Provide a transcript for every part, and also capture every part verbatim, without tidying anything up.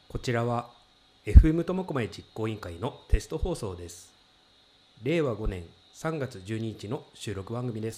こちらは エフエム 苫小牧実行委員会のテスト放送です。れいわごねんさんがつじゅうににちの収録番組です。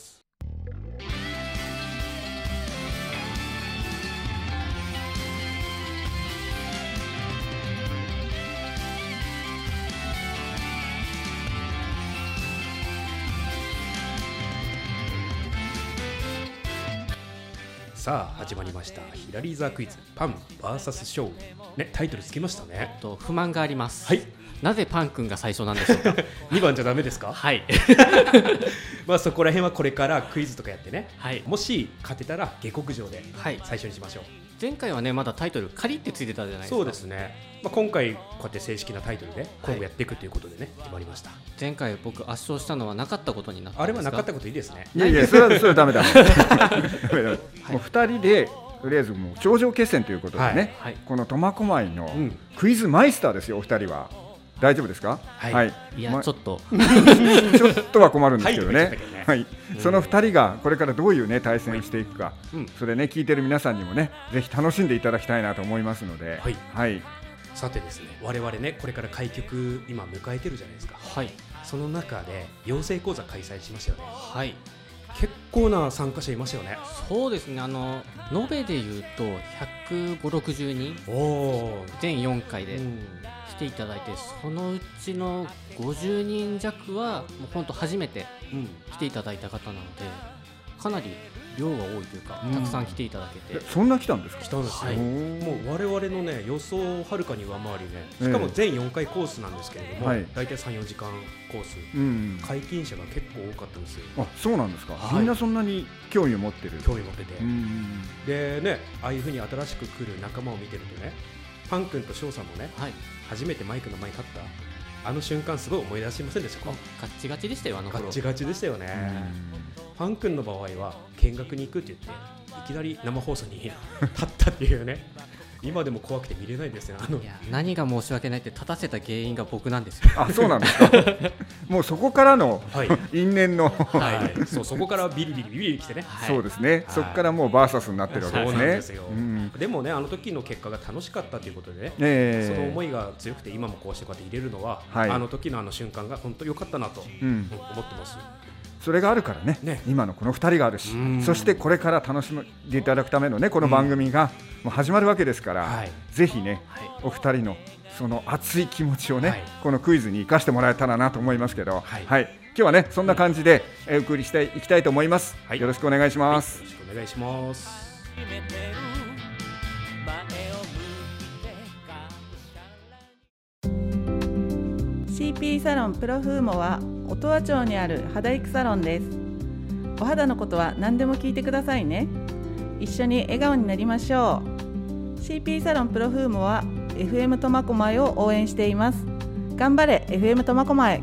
さあ始まりましたヒラリーザクイズパン ブイエス ショー、ね、タイトルつけましたね。 と不満があります。 はい。 なぜパン君が最初なんでしょうか。 にばんじゃダメですか。 はい。 まあそこら辺はこれからクイズとかやってね、 はい、 もし勝てたら下克上で最初にしましょう。はい、 前回はねまだタイトル仮ってついてたじゃないですか。 そうですね。まあ、今回こうやって正式なタイトルで今後やっていくということでね、はい、決まりました。 前回僕圧勝したのはなかったことになったんですか。 あれはなかったこといいですね。 いやいやそれはそれはダメだ。もうふたりでとりあえずもう頂上決戦ということでね、はい、この苫小牧のクイズマイスターですよ、お二人は。大丈夫ですか。 はい、はい、いや、ま、ちょっとちょっとは困るんですけどね。はい、はい、うん、そのふたりがこれからどういうね対戦をしていくか、うん、それね聞いてる皆さんにもねぜひ楽しんでいただきたいなと思いますので、はい、はい、 さてですね、我々ねこれから開局今迎えてるじゃないですか。はい、その中で養成講座開催しましたよね。はい、結構な参加者いましたよね。 そうですね、あの延べでいうとひゃくごじゅう、ろくじゅうにん、お全よんかいで来ていただいて、そのうちのごじゅうにんじゃくはもう本当初めて来ていただいた方なので、かなり量が多いというか、たくさん来ていただけて。 そんな来たんですか。 来たんですよ。はい、もう我々のね予想をはるかに上回りね、しかも全よんかいコースなんですけれども、はい、だいたいさん、よじかんコース、うん、解禁者が結構多かったんですよ。 あ、そうなんですか。はい、みんなそんなに興味を持ってる。 興味を持ってて、うん、でね、ああいう風に新しく来る仲間を見てるとね、パン君と翔さんもね、はい、初めてマイクの前に立ったあの瞬間すごい思い出しませんでしたか。 ガッチガチでしたよ、あの頃。 ガッチガチでしたよね。パン君の場合は見学に行くって言っていきなり生放送に立ったっていうね。今でも怖くて見れないんですよ。あのいや、何が申し訳ないって立たせた原因が僕なんですよ。 あ、そうなんですか。もうそこからの、はい、因縁の、 はい、そう、そこからビリビリビリビリ来てね、 はい、そうですね、はい、そこからもうバーサスになってるわけですね。 そうなんですよ、うん、でもね、あの時の結果が楽しかったということでね、えー、その思いが強くて今もこうしてこうやって入れるのは、はい、あの時のあの瞬間が本当良かったなと、うん、思ってます。 それがあるから ね, ね今のこのふたりがあるし、そしてこれから楽しんでいただくためのねこの番組がもう始まるわけですから、はい、ぜひね、はい、お二人のその熱い気持ちをね、はい、このクイズに生かしてもらえたらなと思いますけど、はい、はい、今日はねそんな感じでお送りしていきたいと思います。はい、よろしくお願いします。 はい、よろしくお願いします。 シーピー サロンプロフーモは音羽町にある肌育サロンです。お肌のことは何でも聞いてくださいね。一緒に笑顔になりましょう。 シーピー サロンプロフーモは エフエム 苫小牧を応援しています。頑張れ エフエム 苫小牧。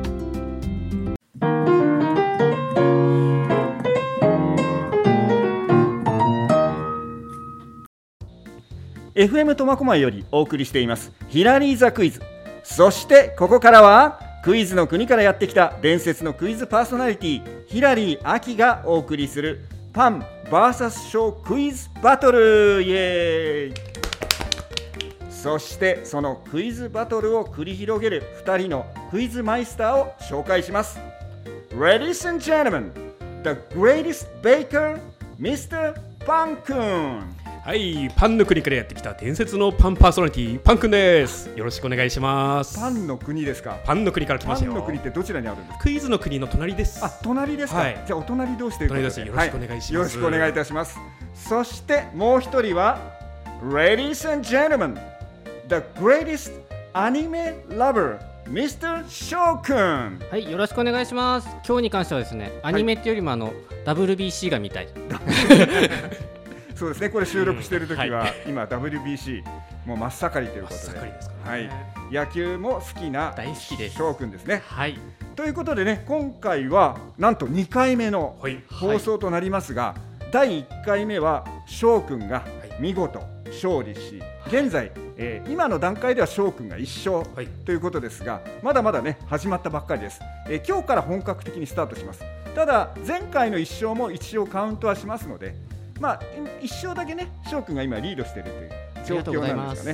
エフエム 苫小牧よりお送りしていますヒラリーザクイズ。そしてここからはクイズの国からやってきた伝説のクイズパーソナリティヒラリーアキがお送りするパン ブイエス ショークイズバトル。イエーイ。そしてそのクイズバトルを繰り広げるふたりのクイズマイスターを紹介します。 Ladies and gentlemen, the greatest baker, ミスター パン君。 はい、パンの国からやってきた伝説のパンパーソナリティパンくんです。よろしくお願いします。 パンの国ですか。 パンの国から来ましたよ。 パンの国ってどちらにあるんですか。 クイズの国の隣です。 あ、隣ですか、はい、じゃあお隣同士ということで、 よろしくお願いします、はい、 よろしくお願いいたします。そしてもう一人は Ladies and gentlemen, the greatest anime lover, ミスター ショウ君。 はい、よろしくお願いします。今日に関してはですね、アニメっていうよりもあの、はい、ダブリュービーシー が見たい。 そうですね、これ収録しているときは、うん、はい、今 ダブリュービーシー もう真っ盛りということで、 真っ盛りですかね、 はい、野球も好きな大好きです翔くんですね。 はい、 ということでね、今回はなんとにかいめの放送となりますが、はい、だいいっかいめは翔くんが見事勝利し、現在、えー、今の段階では翔くんがいっしょうということですが、まだまだね始まったばっかりです。えー、今日から本格的にスタートします。ただ前回のいっしょうも一応カウントはしますので、まあ、いっしょうだけね翔くんが今リードしているという状況なんですよね。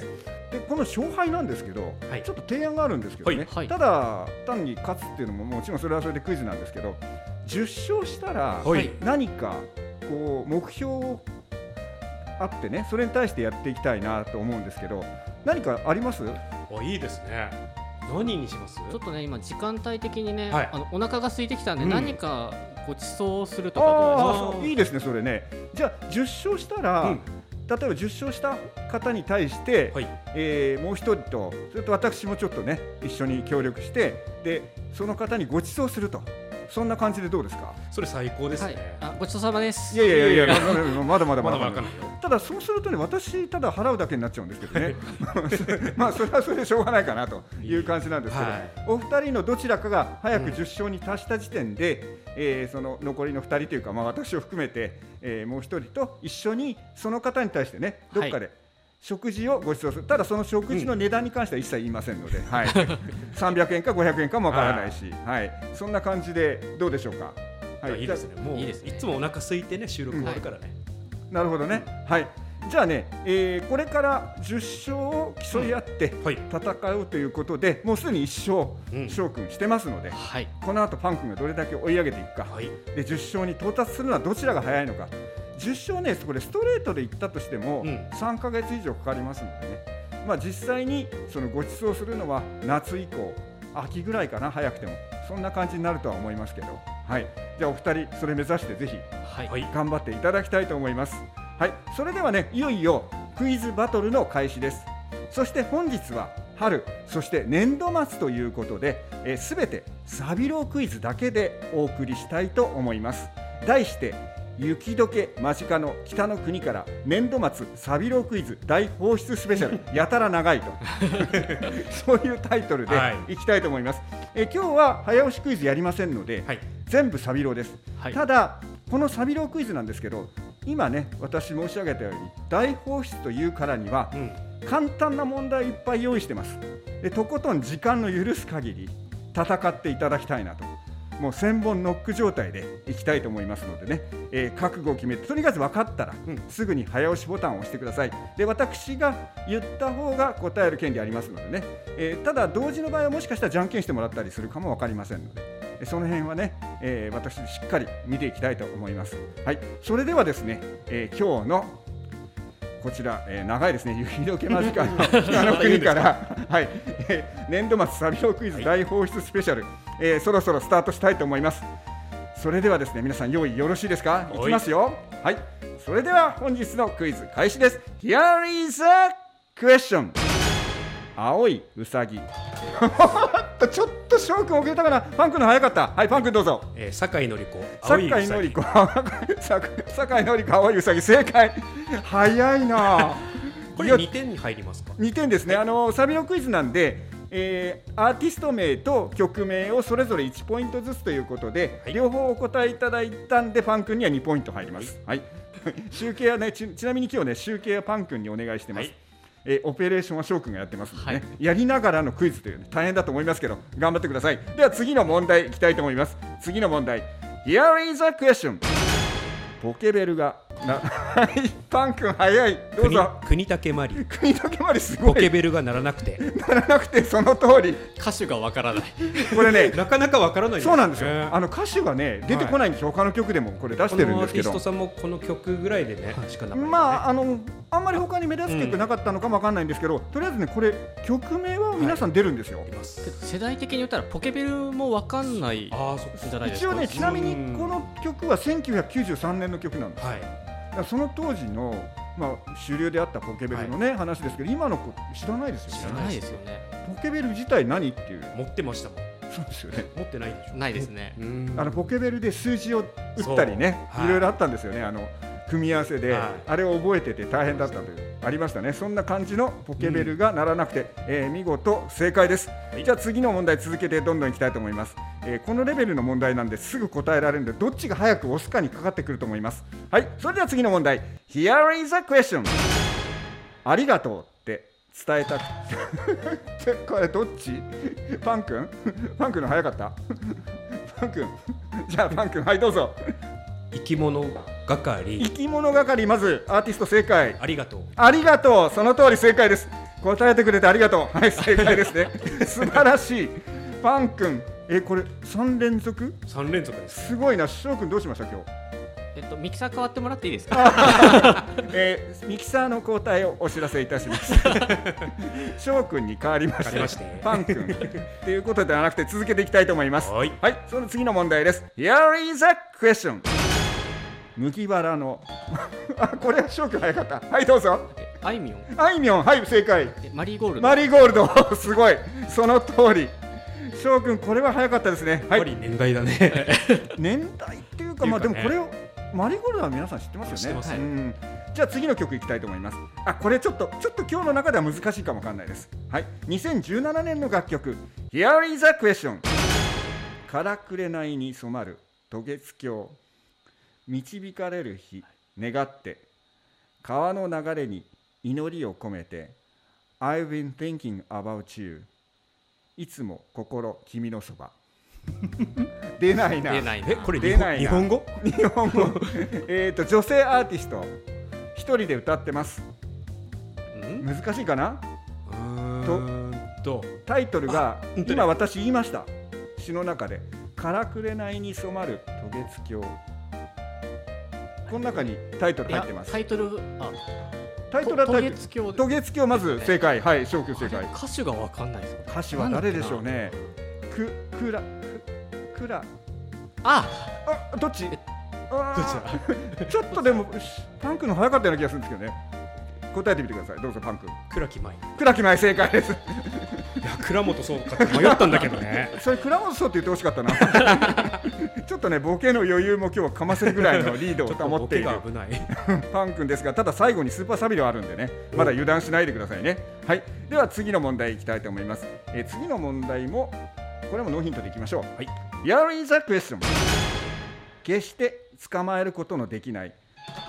でこの勝敗なんですけど、はい、ちょっと提案があるんですけどね、はい、ただ単に勝つっていうのももちろんそれはそれでクイズなんですけど、じゅっ勝したら何かこう目標あってね、それに対してやっていきたいなと思うんですけど、何かあります？ あ、いいですね。何にします？ ちょっとね、今時間帯的にね、はい、あのお腹が空いてきたんで、うん、何かごちそうするとかどうですか？ いいですね、それね。じゃあじゅっ勝したら、うん、例えばじゅっ勝した方に対して、はい、えー、もう一人と、それと私もちょっとね一緒に協力して、でその方にごちそうすると、そんな感じでどうですか？ それ最高ですね。 はい、あ、ごちそうさまです。 いやいやいやいや、まだまだまだまだ。ただそうするとね、私ただ払うだけになっちゃうんですけどね。まあそれはそれでしょうがないかなという感じなんですけど、はい、お二人のどちらかが早くじゅっ勝に達した時点で、うん、えー、その残りのふたりというか、まあ私を含めて、えー、もう一人と一緒にその方に対してね、どっかで、はい、食事をご馳走する。ただその食事の値段に関しては一切言いませんので、うん、はい、さんびゃくえんかごひゃくえんかもわからないし、はい、そんな感じでどうでしょうか？ はい、いいですね。もういいですね。いつもお腹空いてね、収録終わるからね。 うん、なるほどね。はい。じゃあね、えー、これからじゅっ勝を競い合って戦うということで、もうすでにいっ勝翔くんしてますので、はい、この後パン君がどれだけ追い上げていくか、はい、でじゅっ勝に到達するのはどちらが早いのか。じゅっ勝ね、これストレートでいったとしてもさんかげつ以上かかりますのでね、まあ、実際にそのご馳走するのは夏以降、秋ぐらいかな、早くてもそんな感じになるとは思いますけど、はい、じゃあお二人それ目指してぜひ頑張っていただきたいと思います。はい、それではね、いよいよクイズバトルの開始です。そして本日は春、そして年度末ということで、えー、全てサビロークイズだけでお送りしたいと思います。題して雪解け間近の北の国から年度末サビロークイズ大放出スペシャルやたら長いとそういうタイトルでいきたいと思います。え今日は早押しクイズやりませんので、はい、全部サビローです。はい、ただこのサビロークイズなんですけど、今ね私申し上げたように大放出というからには、うん、簡単な問題いっぱい用意してます。でとことん時間の許す限り戦っていただきたいなと、もう千本ノック状態でいきたいと思いますのでね、えー、覚悟を決めて、とにかく分かったら、うん、すぐに早押しボタンを押してください。で私が言った方が答える権利ありますのでね、えー、ただ同時の場合はもしかしたらじゃんけんしてもらったりするかも分かりませんので、その辺はね、えー、私しっかり見ていきたいと思います。はい、それではですね、えー、今日のこちら、えー、長いですね、雪解け間近の北の国から、はい、えー、年度末サビロークイズ大放出スペシャル、はい、えー、そろそろスタートしたいと思います。それではですね、皆さん用意よろしいですか？いきますよ。はい、それでは本日のクイズ開始です。 Here is a question。 青いうさぎちょっと翔くん遅れたかな。パン君の早かった。はい、パン君どうぞ。 えー、酒井のり子、 酒井のり子酒井のり子、青いうさぎ、正解。早いなこれにてんに入りますか？ にてんですね。あのサビロクイズなんで、えー、アーティスト名と曲名をそれぞれいちポイントずつということで、はい、両方お答えいただいたんでパン君にはにポイント入ります。はい、はい、集計はね ち, ちなみに今日ね集計はパン君にお願いしてます。はい、えー、オペレーションは翔くんがやってますのでね、はい、やりながらのクイズという、ね、大変だと思いますけど頑張ってください。では次の問題いきたいと思います。次の問題 Here is a question。 ポケベルがなパン君早い、どうぞ。 国武まり国武まりすごい。 ポケベルが鳴らなくて鳴らなくてその通り。 歌手がわからないこれねなかなかわからないです。 そうなんですよ。あの歌手がね出てこないんですよ、はい、他の曲でもこれ出してるんですけど、 このアーティストさんもこの曲ぐらいでね、はい、しかなかった、ね、 まああのあんまり他に目立つ曲なかったのかもわかんないんですけど、うん、とりあえずねこれ曲名は皆さん出るんですよ。はい、 世代的に言ったらポケベルもわかんないじゃないですか。 一応ね、ちなみにこの曲はせんきゅうひゃくきゅうじゅうさんねんの曲なんです。はい、その当時の、まあ、主流であったポケベルの、ね、はい、話ですけど、今の子知らないですよね。 知らないですよね。 ポケベル自体何っていう。 持ってましたもん。 そうですよね。 持ってないでしょ。 ないですね。 あのポケベルで数字を打ったりね、はい、いろいろあったんですよね。あの組み合わせで、はい、あれを覚えてて大変だったというありましたね。そんな感じのポケベルが鳴らなくて、うん、えー、見事正解です。はい、じゃあ次の問題続けてどんどんいきたいと思います。えー、このレベルの問題なんですぐ答えられるので、どっちが早く押すかにかかってくると思います。はい、それでは次の問題 Here is a question。 ありがとうって伝えたくこれどっち？パン君パン君の早かったパン君じゃあパン君、はいどうぞ。 生き物係。 生き物係、まずアーティスト正解。 ありがとう。 ありがとう、その通り正解です。 答えてくれてありがとう。はい、正解ですね。素晴らしい。パン君、えこれさん連続？ さん連続です。 すごいな。翔くんどうしました今日？ えっとミキサー変わってもらっていいですか？ えー、ミキサーの交代をお知らせいたします。翔くんに変わりまして、ましてパン君ということではなくて続けていきたいと思います。はい、はい、その次の問題です。Here is a question。麦わらのあ、これは翔くん早かった。はい、どうぞ。 あいみょん。 あいみょん、はい、正解。 マリーゴールド。 マリーゴールド、すごい。その通り。翔くん、これは早かったですね。 はい。やっぱり年代だね。 年代っていうか、まあでもこれをマリーゴールドは皆さん知ってますよね。知ってます。うん。じゃあ次の曲いきたいと思います。あ、これちょっとちょっと今日の中では難しいかもわかんないです。はい。にせんじゅうななねんの楽曲。Here is a question。からくれないに染まる渡月橋。導かれる日願って川の流れに祈りを込めて I've been thinking about you いつも心君のそば。出ないな。 出ないな。 え、これ出ないな。日本語？ 日本語。えっと女性アーティスト一人で歌ってます。難しいかな？とタイトルが今私言いました。詩の中でからくれないに染まる渡月橋。この中にタイトル入ってます。 タイトル、あ、 タイトルは渡月橋。渡月橋まず正解。はい、翔くん正解。 歌手がわかんないですか？ 歌手は誰でしょうね。く、くら、くら。 あ、 あ、どっち？ どっちだ？ちょっとでもパンクの早かったような気がするんですけどね。答えてみてください。どうぞパンク。 倉木舞。 倉木舞正解です。 いや、倉本そうかって迷ったんだけどね。 それ倉本そうって言ってほしかったな。ちょっとね、ボケの余裕も今日はかませるぐらいのリードを保っている危ないパン君ですが、ただ最後にスーパーサビルあるんでね、まだ油断しないでくださいね。はい、では次の問題いきたいと思います。えー、次の問題もこれもノーヒントでいきましょう。はい、Here is a question。 決して捕まえることのできない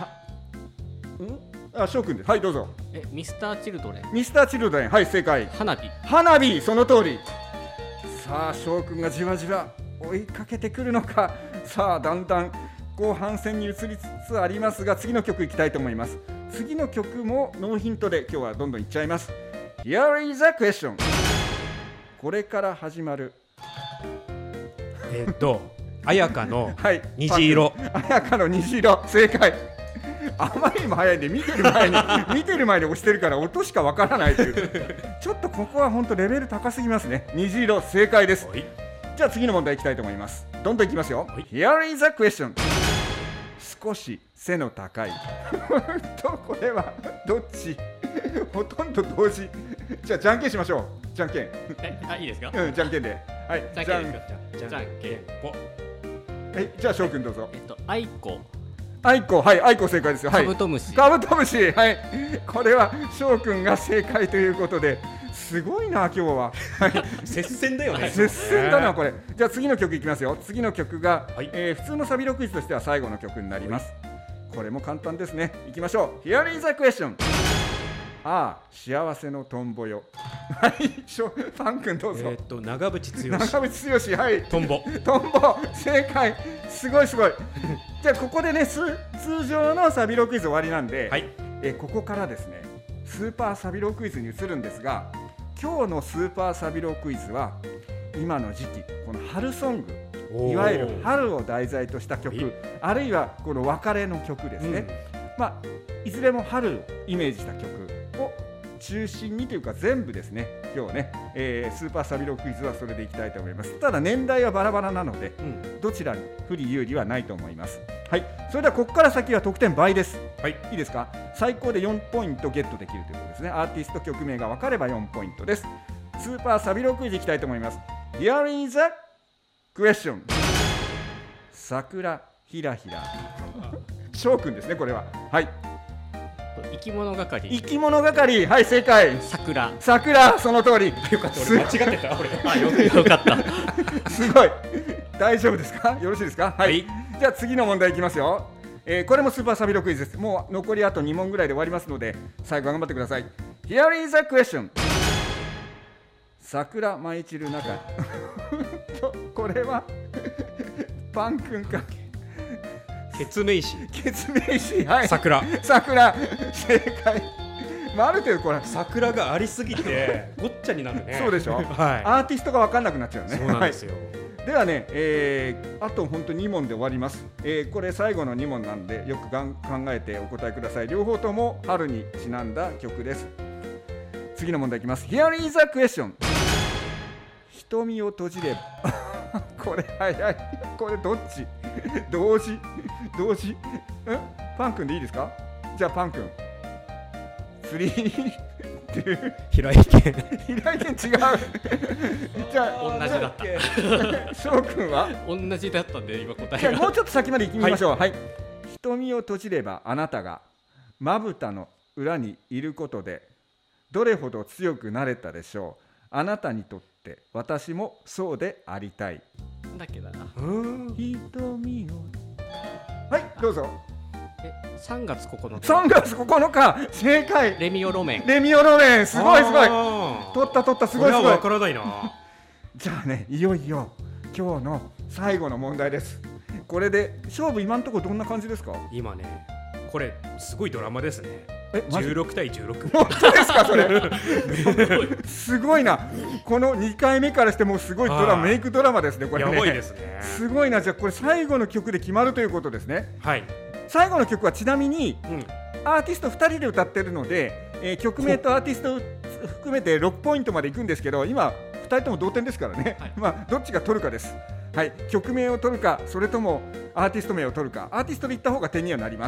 あ、翔くんです。はい、どうぞ。 え、ミスターチルドレン。 ミスターチルドレン、はい、正解。 花火。 花火、その通り。さあ、翔くんがじわじわ追いかけてくるのか。さあ、だんだん後半戦に移りつつありますが、次の曲いきたいと思います。次の曲もノーヒントで今日はどんどんいっちゃいます。 Here is a question。 これから始まるえっと綾香の虹色。綾香の虹色、正解。あまりにも早いんで見てる前に見てる前に押してるから音しかわからないというちょっとここは本当レベル高すぎますね。虹色正解です。じゃあ次の問題いきたいと思います。どんどんいきますよ。 Here is a question。 少し背の高いとこれはどっち？ほとんど同時。じゃあじゃんけんしましょう。じゃんけん。 え、あ、いいですか？ うん、じゃんけんで。はい、 じゃんけんですか？じゃんけんぽ。 はい、じゃあ翔くんどうぞ。 えっとあいこ。 あいこ、はい、あいこ正解ですよ。はい、 カブトムシ。 カブトムシ、はい、これは翔くんが正解ということで、すごいな今日は。はい、 接戦だよね。 接戦だなこれ。じゃあ次の曲いきますよ。次の曲が、はい、えー、普通のサビロクイズとしては最後の曲になります。これも簡単ですね。いきましょう。Here is a question。 ああ、幸せのトンボよ。はい、ファン君どうぞ。 えっと長渕剛。 長渕剛、はい。 トンボ。 トンボ、正解。すごいすごい。じゃあここでね、通常のサビロクイズ終わりなんで、はい、えここからですね、スーパーサビロクイズに移るんですが、今日のスーパーサビロクイズは今の時期、この春ソング、いわゆる春を題材とした曲、あるいはこの別れの曲ですね、うん、まあいずれも春をイメージした曲を中心にというか全部ですね、今日ね、えー、スーパーサビロクイズはそれでいきたいと思います。ただ年代はバラバラなので、うん、どちらに不利有利はないと思います。はい、それではここから先は得点倍です。はい、いいですか？最高でよんポイントゲットできるということですね。アーティスト曲名が分かればよんポイントです。スーパーサビロクイズいきたいと思います。 Here is a question。 桜ひらひら翔くんですね、これは。はい、 生き物係。 生き物係、はい、正解。 桜。 桜、その通り。 よかった、俺間違ってた。俺あ、よ, よかったすごい。大丈夫ですか？よろしいですか？はい、はい、じゃあ次の問題いきますよ。えー、これもスーパーサビロクイズです。もう残りあとに問ぐらいで終わりますので、最後頑張ってください。 Here is a question。 桜舞い散る中これはパン君かケツメイシ。 ケツメイシ、はい、 桜。 桜、正解。 まあ、ある程度これ桜がありすぎてごっちゃになるね。 そうでしょ、はい、アーティストが分かんなくなっちゃうね。 そうなんですよ。 はい、ではね、えー、あと本当にに問で終わります。えー、これ最後のに問なんでよくがん考えてお答えください。両方とも春にちなんだ曲です。次の問題いきます。 Here is a question。 瞳を閉じればこれ早い。これどっち同時同時んパン君でいいですか。じゃあパン君スリー平井堅平井堅違うじゃあ同じだった翔くんは同じだったんで今答えが。 じゃあもうちょっと先まで行ってみましょう。はい、はい、瞳を閉じればあなたがまぶたの裏にいることでどれほど強くなれたでしょう。あなたにとって私もそうでありたい。 なんだっけな。 瞳をはいどうぞ。 えさんがつここのか。 さんがつここのか正解。 レミオロメン。 レミオロメンすごいすごい。取った取ったすごいすごい。 これは分からないな。 じゃあねいよいよ今日の最後の問題です。これで勝負今のところどんな感じですか。 今ねこれすごいドラマですね。 えじゅうろくたいじゅうろく。 本当ですかそれすごいな。このにかいめからしてもうすごいドラマメイクドラマですねこれね。 やばいですね。 すごいな。じゃあこれ最後の曲で決まるということですね。 はい。 最後の曲はちなみに、 うん、 アーティストふたりで歌ってるので、えー、曲名とアーティスト含めてろくポイントまでいくんですけど今ふたりとも同点ですからね、はい、まあどっちが取るかです。はい、曲名を取るかそれともアーティスト名を取るか。アーティストで言った方が点にはなります。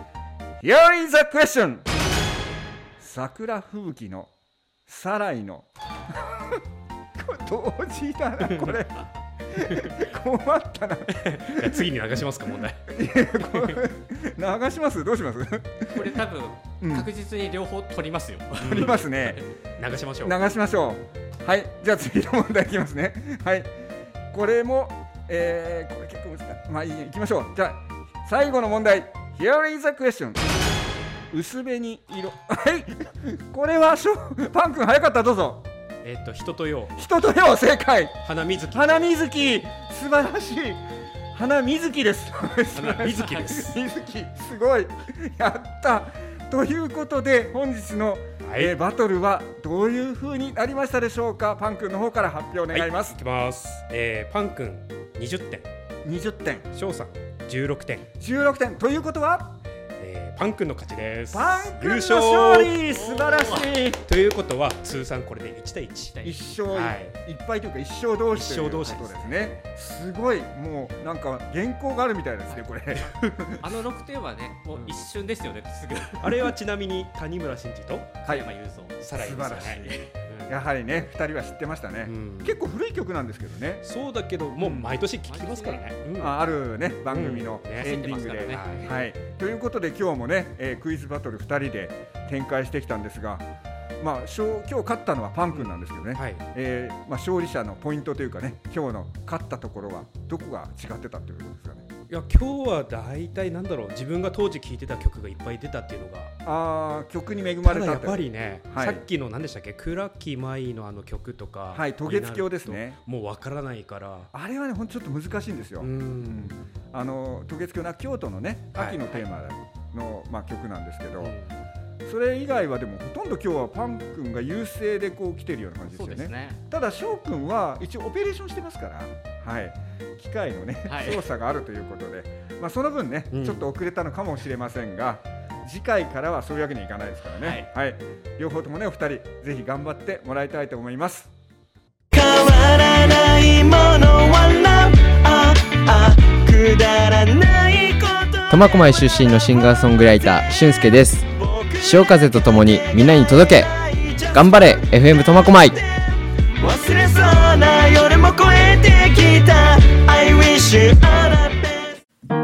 Here is a question。 桜吹雪のサライのこれ同時だなこれ困ったな次に流しますか問題流します。どうします。 これ多分、うん、確実に両方取りますよ。 取りますね流しましょう流しましょう。はいじゃあ次の問題いきますね。はいこれも、えー、これ結構難しい。まあいいいきましょう。じゃあ最後の問題 Here is a question。 薄紅色はいこれはしょパン君早かった。どうぞ。 えっと人とよう。 人とよう正解。 花水木。 花水木素晴らしい。花水木です。 花水木です。 水木すごいやったということで本日の、はいえー、バトルはどういう風になりましたでしょうか。パン君の方から発表願います。 はい、いきます、えー、パン君にじゅってんにじゅってん翔さんじゅうろくてんじゅうろくてんということはパン君の勝ちです。 パン君の勝利素晴らしい。 ということは通算これでいちたいいち。 一勝いっぱいというか一勝同士ということですね。すごいもうなんか原稿があるみたいですねこれあのろくてんはねもう一瞬ですよねすぐあれはちなみに谷村新司と加山雄三さらに素晴らしいやはりねふたりは知ってましたね、うん、結構古い曲なんですけどね。 そうだけどもう毎年聴きますからね、 うん、あ, あるね番組のエンディングで、うんねはい、ということで今日もね、えー、クイズバトルふたりで展開してきたんですが、まあ、今日勝ったのはパン君なんですけどね、うんはいえーまあ、勝利者のポイントというかね今日の勝ったところはどこが違ってたということですかね。 いや今日は大体なんだろう自分が当時聴いてた曲がいっぱい出たっていうのがあ曲に恵まれた。 ただやっぱりね、はい、さっきの何でしたっけ倉木舞のあの曲とかはい渡月橋ですね。 もうわからないからあれはねほんとちょっと難しいんですよ。うんうんあの渡月橋な京都のね秋のテーマの、はいまあ、曲なんですけど、うんそれ以外はでもほとんど今日はパン君が優勢でこう来てるような感じですよね。そうですね。ただ翔君は一応オペレーションしてますから、はい、機械のね、はい、操作があるということで、まあ、その分ね、うん、ちょっと遅れたのかもしれませんが次回からはそういうわけにはいかないですからね、はいはい、両方ともねお二人ぜひ頑張ってもらいたいと思います。変わらないものはなああくだらないこと苫小牧出身のシンガーソングライター俊介です。潮風とともにみんなに届け頑張れ エフエム 苫小牧。忘れそうな夜も越えてきた I wish you all the best。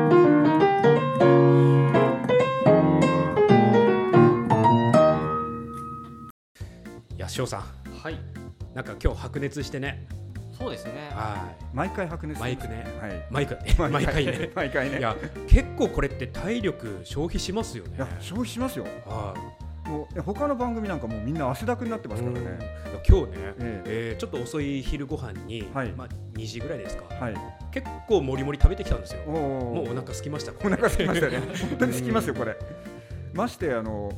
いや翔さん、はい、なんか今日白熱してね。 そうですね。 はい。 毎回白熱。 マイクね。 はい。 マイク毎回ね。 毎回ね。 いや結構これって体力消費しますよね。 いや消費しますよ。 はい。 もう他の番組なんかもうみんな汗だくになってますからね。 今日ね、ええー、ちょっと遅い昼ご飯に、はい、まあにじぐらいですか。はい。結構もりもり食べてきたんですよ。もうお腹空きました。 お腹空きましたね。本当に空きますよこれ。ましてあの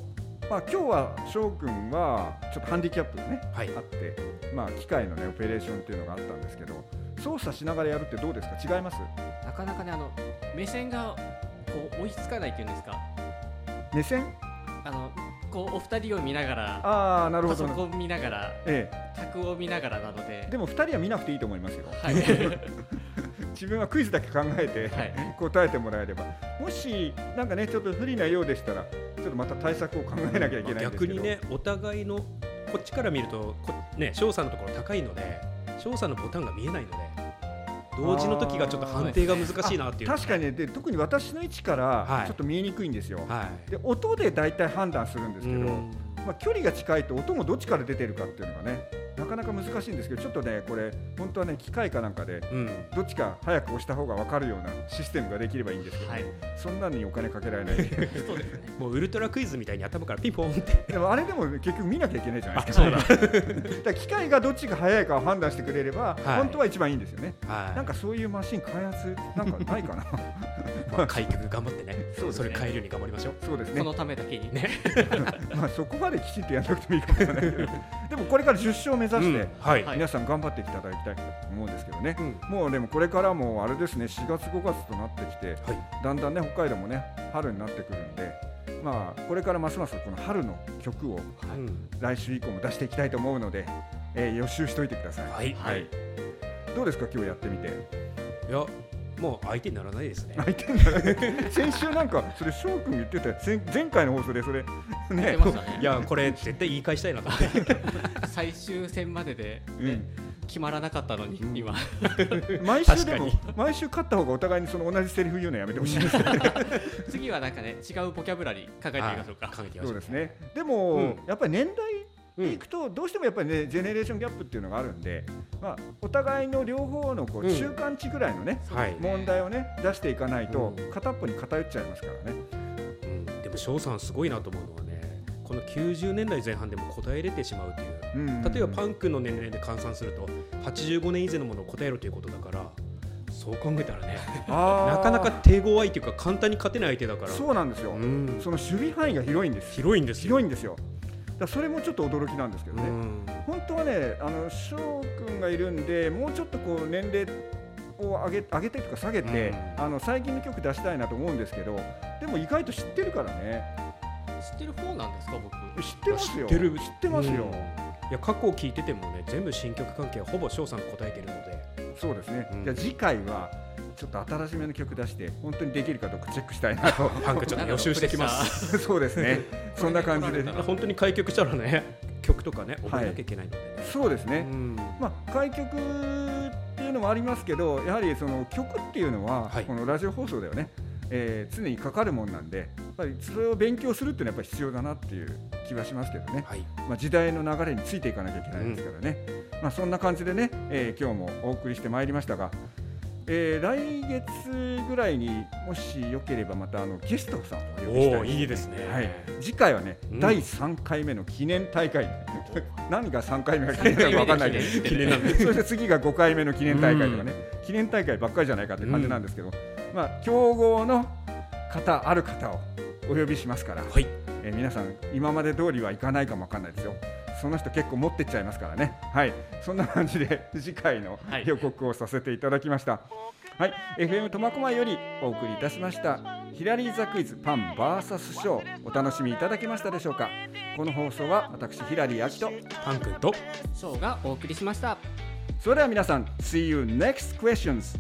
まあ、今日は翔くんはちょっとハンディキャップがね、 はい、 あって、まあ、機械のねオペレーションっていうのがあったんですけど、操作しながらやるってどうですか？違います？ なかなかね、あの目線がこう追いつかないっていうんですか。 目線？ あのこうお二人を見ながら、 ああ、なるほど、 パソコン見ながら、 ええ、 客を見ながらなので。 でもふたりは見なくていいと思いますよ。 はい、 自分はクイズだけ考えて、はい、答えてもらえれば、もしなんかねちょっと不利なようでしたら、ちょっとまた対策を考えなきゃいけないんですけど、 逆にね、お互いのこっちから見るとこね、翔さんのところ高いので、翔さんのボタンが見えないので、同時の時がちょっと判定が難しいなっていう、ね、 確かにね、で特に私の位置からちょっと見えにくいんですよ、はい、で音でだいたい判断するんですけど、まあ、距離が近いと音もどっちから出てるかっていうのがね、なかなか難しいんですけど、ちょっとねこれ本当はね機械かなんかで、うん、どっちか早く押した方が分かるようなシステムができればいいんですけど、はい、そんなにお金かけられないそうですね、 もうウルトラクイズみたいに頭からピンポンって。 でもあれでも結局見なきゃいけないじゃないですか。だから機械がどっちが早いかを判断してくれれば、はい、本当は一番いいんですよね、はい、なんかそういうマシン開発なんかないかなまあ開発頑張ってね、そうですね、それ変えるように頑張りましょう。 そうですね、 このためだけにねまあそこまできちんとやらなくてもいいかもしれないけどでもこれからじゅっ勝目指して、うん、はい、皆さん頑張っていただきたいと思うんですけどね、うん、もうでもこれからもあれですね、しがつごがつとなってきて、はい、だんだんね北海道もね春になってくるんで、まあこれからますますこの春の曲を、はい、来週以降も出していきたいと思うので、えー、予習しておいてください。はい、はい、どうですか今日やってみて？ いやもう相手にならないですね。 相手にならない先週なんかそれ翔くん言ってた前回の放送でそれね、 いやこれ絶対言い返したいなと思って最終戦までで、ね、うん、決まらなかったのに、うん、今毎週でも毎週勝った方がお互いにその同じセリフ言うのやめてほしいですね次はなんかね違うボキャブラリー考えてみましょうか。考えてみましょう。 そうですね。でも、うん、やっぱり年代でいくとどうしてもやっぱりねジェネレーションギャップっていうのがあるんで、まあ、お互いの両方のこう中間値ぐらいのね、うん、はい、問題をね出していかないと片っぽに偏っちゃいますからね、 うん、でも翔さんすごいなと思うのはね、このきゅうじゅうねんだいぜん半でも答えれてしまうという、うんうんうん、例えばパンクの年齢で換算するとはちじゅうごねん以前のものを答えろということだから、そう考えたらねなかなか手強いというか簡単に勝てない相手だから。 そうなんですよ、うん、その守備範囲が広いんです。 広いんですよ。 広いんですよ。だそれもちょっと驚きなんですけどね、うん、本当はね、あの翔くんがいるんでもうちょっとこう年齢を上げ、上げてとか下げて、うん、あの最近の曲出したいなと思うんですけど、でも意外と知ってるからね。 知ってる方なんですか？僕知ってますよ。 知ってる、 知ってますよ、うん、いや過去を聞いててもね全部新曲関係はほぼ翔さんが答えてるので。 そうですね、うん、じゃあ次回はちょっと新しめの曲出して本当にできるかどうかチェックしたいなとパンクちょっと予習してきますそうですねそんな感じで本当に開局したらね曲とかね覚えなきゃいけないので、ね、 はい、そうですね、うん、まあ開局っていうのもありますけど、やはりその曲っていうのは、はい、このラジオ放送ではね、えー、常にかかるもんなんで、やっぱりそれを勉強するっていうのはやっぱり必要だなっていう気はしますけどね、はい、まあ、時代の流れについていかなきゃいけないですからね、うん、まあ、そんな感じでね、えー、今日もお送りしてまいりましたが、えー、来月ぐらいにもしよければまたあのゲストさんをお呼びしたいですね。 いいですね、 はい、次回はね、うん、だいさんかいめの記念大会何がさんかいめが記念なのか分かんないけど記念なんでそして次がごかいめの記念大会とかね、うん、記念大会ばっかりじゃないかって感じなんですけど、うん、まあ、強豪の方ある方をお呼びしますから、はい、えー、皆さん今まで通りはいかないかも分かんないですよ。その人結構持ってっちゃいますからね。はい、そんな感じで次回の予告をさせていただきました。はい、エフエム 苫小牧よりお送りいたしましたヒラリーザクイズパン ブイエス ショー、お楽しみいただけましたでしょうか。この放送は私ヒラリー・アキとパン君とショーがお送りしました。 それでは皆さん See you next questions。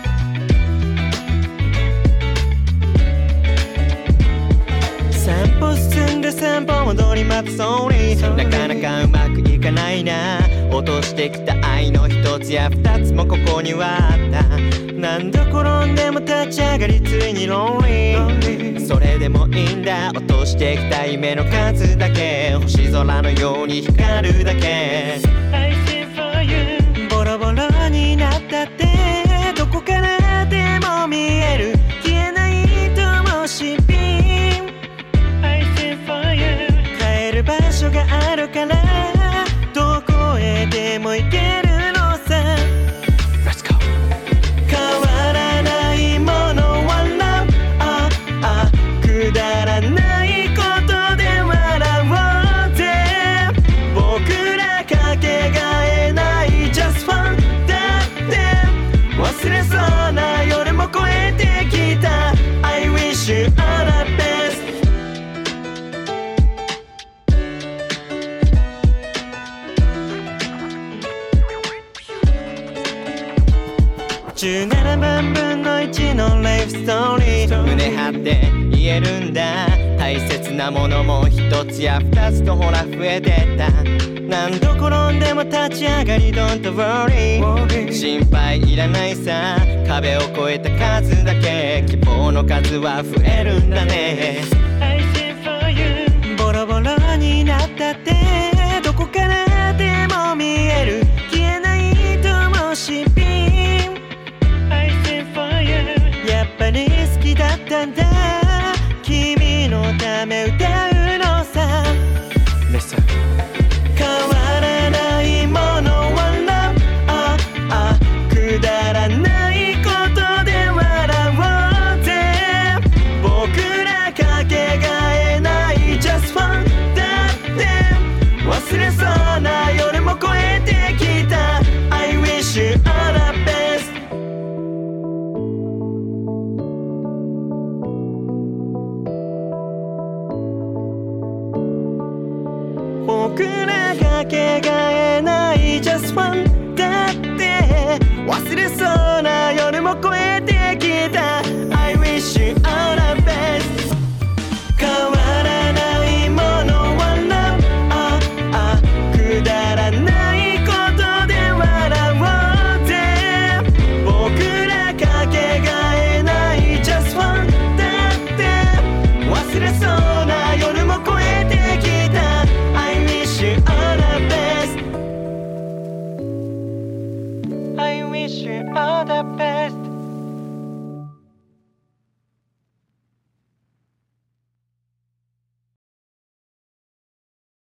散歩進んで散歩戻り待つそうになかなかうまくいかないな。落としてきた愛の一つや二つもここにはあった。何度転んでも立ち上がりついにロンリー。それでもいいんだ、落としてきた夢の数だけ星空のように光るだけ。 I see for you ボロボロになったってどこからでも見える消えない灯火。帰る場所があるからどこへでも行けるのさ。 Let's go。 変わらないものは Love、 ああくだらないことで笑うじゅうななばんぶんのいちのライフストーリー、胸張って言えるんだ。大切なものも一つや二つとほら増えてった。何度転んでも立ち上がり Don't worry、 心配いらないさ。壁を越えた数だけ希望の数は増えるんだね。 I sing for you、 ボロボロになったってどこからでも見える消えない灯火。 I sing for you、 やっぱり好きだったんだ。君のため歌うのさ。 Listen、 変わらないものは Love、 ああくだらないことで笑おうぜ。僕らかけがえない Just fun だって忘れそうな夜も越えてきた。 I wish you all the best。僕らかけがえない Just fun だって忘れそうな夜も越えてきた。 I wish you all the best。 変わらないものは Love、 ああくだらないことで笑おうぜ。僕らかけがえない Just fun だって忘れそうな夜も越えてきた。 I wish you all the best。 I wish you all the best。